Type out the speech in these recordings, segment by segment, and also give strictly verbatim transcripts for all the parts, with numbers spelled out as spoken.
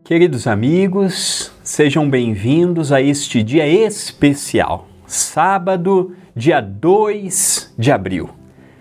Queridos amigos, sejam bem-vindos a este dia especial, sábado, dia dois de abril,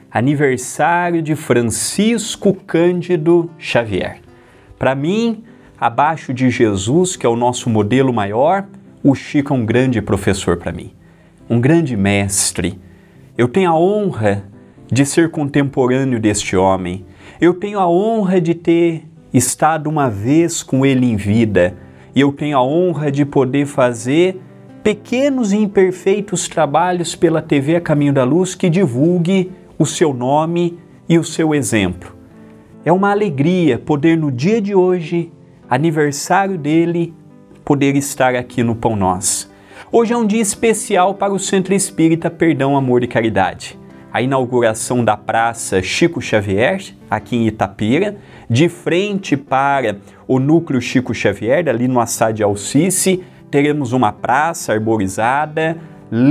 aniversário de Francisco Cândido Xavier. Para mim, abaixo de Jesus, que é o nosso modelo maior, o Chico é um grande professor para mim, um grande mestre. Eu tenho a honra de ser contemporâneo deste homem, eu tenho a honra de ter estado uma vez com ele em vida e eu tenho a honra de poder fazer pequenos e imperfeitos trabalhos pela T V A Caminho da Luz que divulgue o seu nome e o seu exemplo. É uma alegria poder no dia de hoje, aniversário dele, poder estar aqui no Pão Nós. Hoje é um dia especial para o Centro Espírita Perdão, Amor e Caridade. A inauguração da Praça Chico Xavier, aqui em Itapira, de frente para o Núcleo Chico Xavier, ali no Assá de Alcice, teremos uma praça arborizada,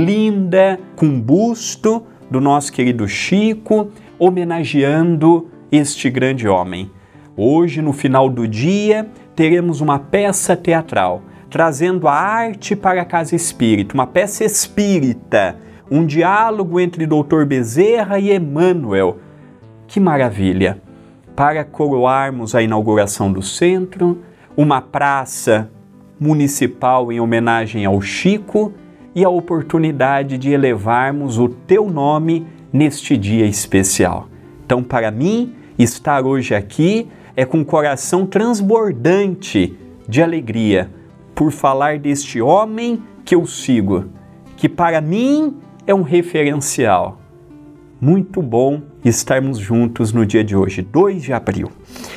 linda, com busto do nosso querido Chico, homenageando este grande homem. Hoje, no final do dia, teremos uma peça teatral, trazendo a arte para a Casa Espírita, uma peça espírita, um diálogo entre doutor Bezerra e Emmanuel. Que maravilha! Para coroarmos a inauguração do centro, uma praça municipal em homenagem ao Chico e a oportunidade de elevarmos o teu nome neste dia especial. Então, para mim, estar hoje aqui é com o coração transbordante de alegria por falar deste homem que eu sigo, que para mim é um referencial. Muito bom estarmos juntos no dia de hoje, dois de abril.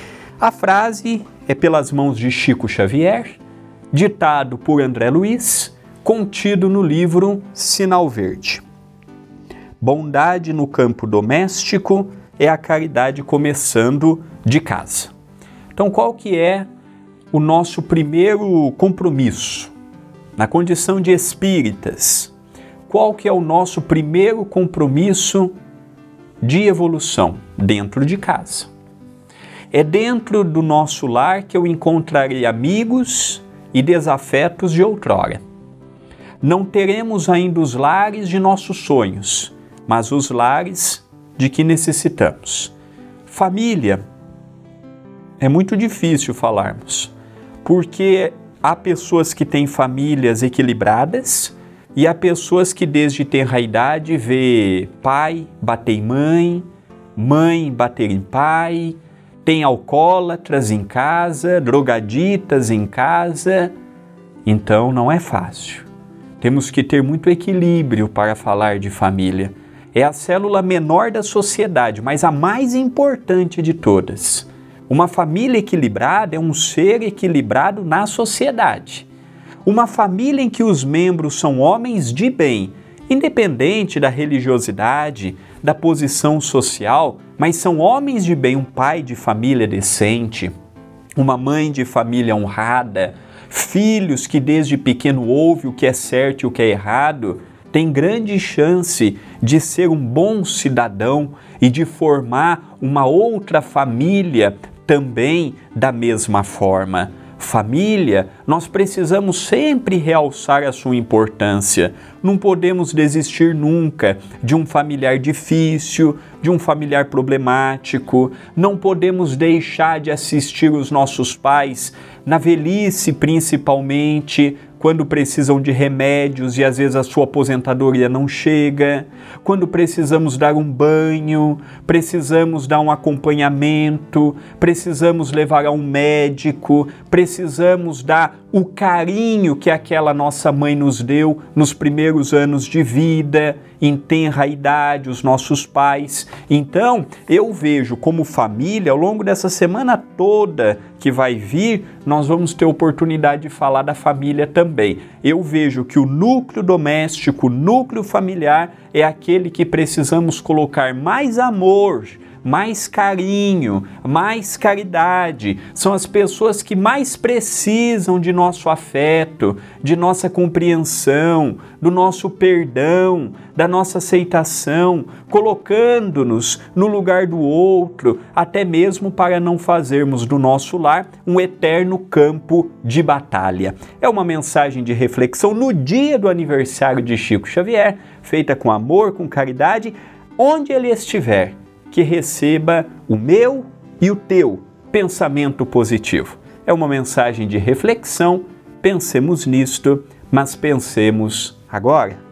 A frase é pelas mãos de Chico Xavier, ditado por André Luiz, contido no livro Sinal Verde. Bondade no campo doméstico é a caridade começando de casa. Então, qual que é o nosso primeiro compromisso na condição de espíritas? Qual que é o nosso primeiro compromisso de evolução? Dentro de casa. É dentro do nosso lar que eu encontrarei amigos e desafetos de outrora. Não teremos ainda os lares de nossos sonhos, mas os lares de que necessitamos. Família. É muito difícil falarmos, porque há pessoas que têm famílias equilibradas e há pessoas que desde tenra idade vê pai bater em mãe, mãe bater em pai, tem alcoólatras em casa, drogaditas em casa. Então não é fácil. Temos que ter muito equilíbrio para falar de família. É a célula menor da sociedade, mas a mais importante de todas. Uma família equilibrada é um ser equilibrado na sociedade. Uma família em que os membros são homens de bem, independente da religiosidade, da posição social, mas são homens de bem, um pai de família decente, uma mãe de família honrada, filhos que desde pequeno ouvem o que é certo e o que é errado, tem grande chance de ser um bom cidadão e de formar uma outra família também da mesma forma. Família, nós precisamos sempre realçar a sua importância. Não podemos desistir nunca de um familiar difícil, de um familiar problemático. Não podemos deixar de assistir os nossos pais na velhice, principalmente, quando precisam de remédios e às vezes a sua aposentadoria não chega, quando precisamos dar um banho, precisamos dar um acompanhamento, precisamos levar a um médico, precisamos dar o carinho que aquela nossa mãe nos deu nos primeiros anos de vida, em tenra idade, os nossos pais. Então, eu vejo como família, ao longo dessa semana toda que vai vir, nós vamos ter oportunidade de falar da família também. Eu vejo que o núcleo doméstico, o núcleo familiar, é aquele que precisamos colocar mais amor, mais carinho, mais caridade. São as pessoas que mais precisam de nosso afeto, de nossa compreensão, do nosso perdão, da nossa aceitação, colocando-nos no lugar do outro, até mesmo para não fazermos do nosso lar um eterno campo de batalha. É uma mensagem de reflexão no dia do aniversário de Chico Xavier, feita com amor, com caridade, onde ele estiver, que receba o meu e o teu pensamento positivo. É uma mensagem de reflexão, pensemos nisto, mas pensemos agora.